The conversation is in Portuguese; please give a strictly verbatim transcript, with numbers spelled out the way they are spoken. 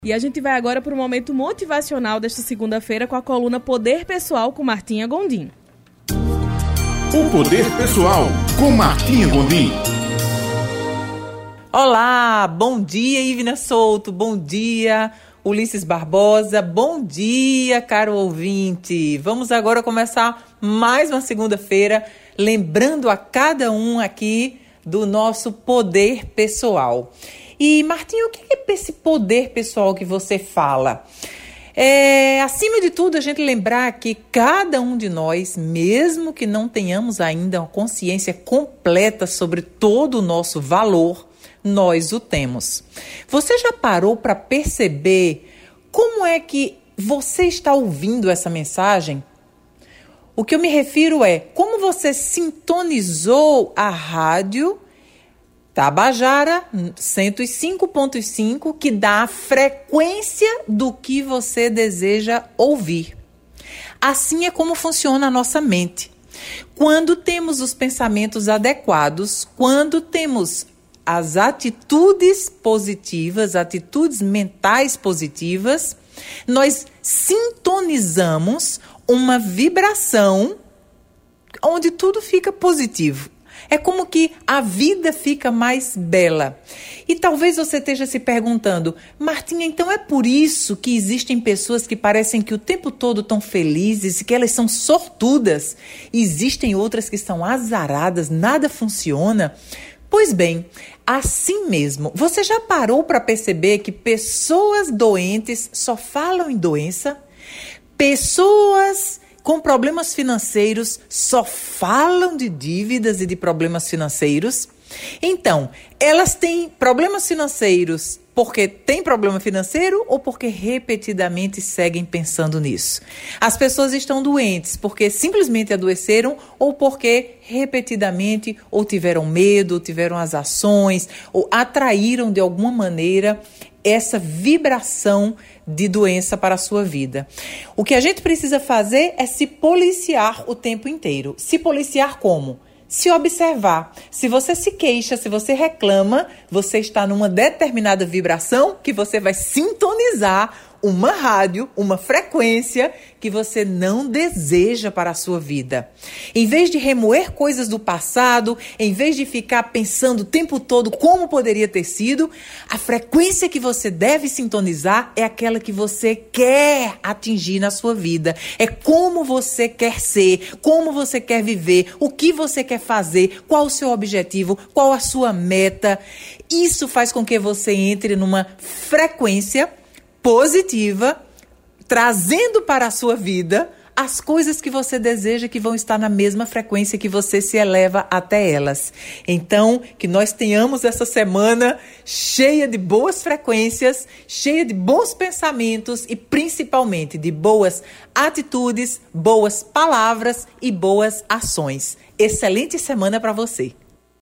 E a gente vai agora para o momento motivacional desta segunda-feira com a coluna Poder Pessoal com Martinha Gondim. O Poder Pessoal com Martinha Gondim. Olá, bom dia Ivna Souto, bom dia Ulisses Barbosa, bom dia caro ouvinte. Vamos agora começar mais uma segunda-feira, lembrando a cada um aqui do nosso poder pessoal. E Martinho, o que é esse poder pessoal que você fala? É, acima de tudo, a gente lembrar que cada um de nós, mesmo que não tenhamos ainda uma consciência completa sobre todo o nosso valor, nós o temos. Você já parou para perceber como é que você está ouvindo essa mensagem? O que eu me refiro é como você sintonizou a rádio Tabajara cento e cinco ponto cinco, que dá a frequência do que você deseja ouvir. Assim é como funciona a nossa mente. Quando temos os pensamentos adequados, quando temos as atitudes positivas, atitudes mentais positivas, nós sintonizamos uma vibração onde tudo fica positivo. É como que a vida fica mais bela. E talvez você esteja se perguntando, Martinha, então é por isso que existem pessoas que parecem que o tempo todo estão felizes e que elas são sortudas. E existem outras que são azaradas, nada funciona. Pois bem, assim mesmo, você já parou para perceber que pessoas doentes só falam em doença? Pessoas com problemas financeiros só falam de dívidas e de problemas financeiros? Então, elas têm problemas financeiros porque têm problema financeiro ou porque repetidamente seguem pensando nisso? As pessoas estão doentes porque simplesmente adoeceram ou porque repetidamente ou tiveram medo, ou tiveram as ações, ou atraíram de alguma maneira essa vibração de doença para a sua vida. O que a gente precisa fazer é se policiar o tempo inteiro. Se policiar como? Se observar. Se você se queixa, se você reclama, você está numa determinada vibração que você vai sintonizar uma rádio, uma frequência que você não deseja para a sua vida. Em vez de remoer coisas do passado, em vez de ficar pensando o tempo todo como poderia ter sido, a frequência que você deve sintonizar é aquela que você quer atingir na sua vida. É como você quer ser, como você quer viver, o que você quer fazer, qual o seu objetivo, qual a sua meta. Isso faz com que você entre numa frequência positiva, trazendo para a sua vida as coisas que você deseja que vão estar na mesma frequência que você se eleva até elas. Então, que nós tenhamos essa semana cheia de boas frequências, cheia de bons pensamentos e principalmente de boas atitudes, boas palavras e boas ações. Excelente semana para você!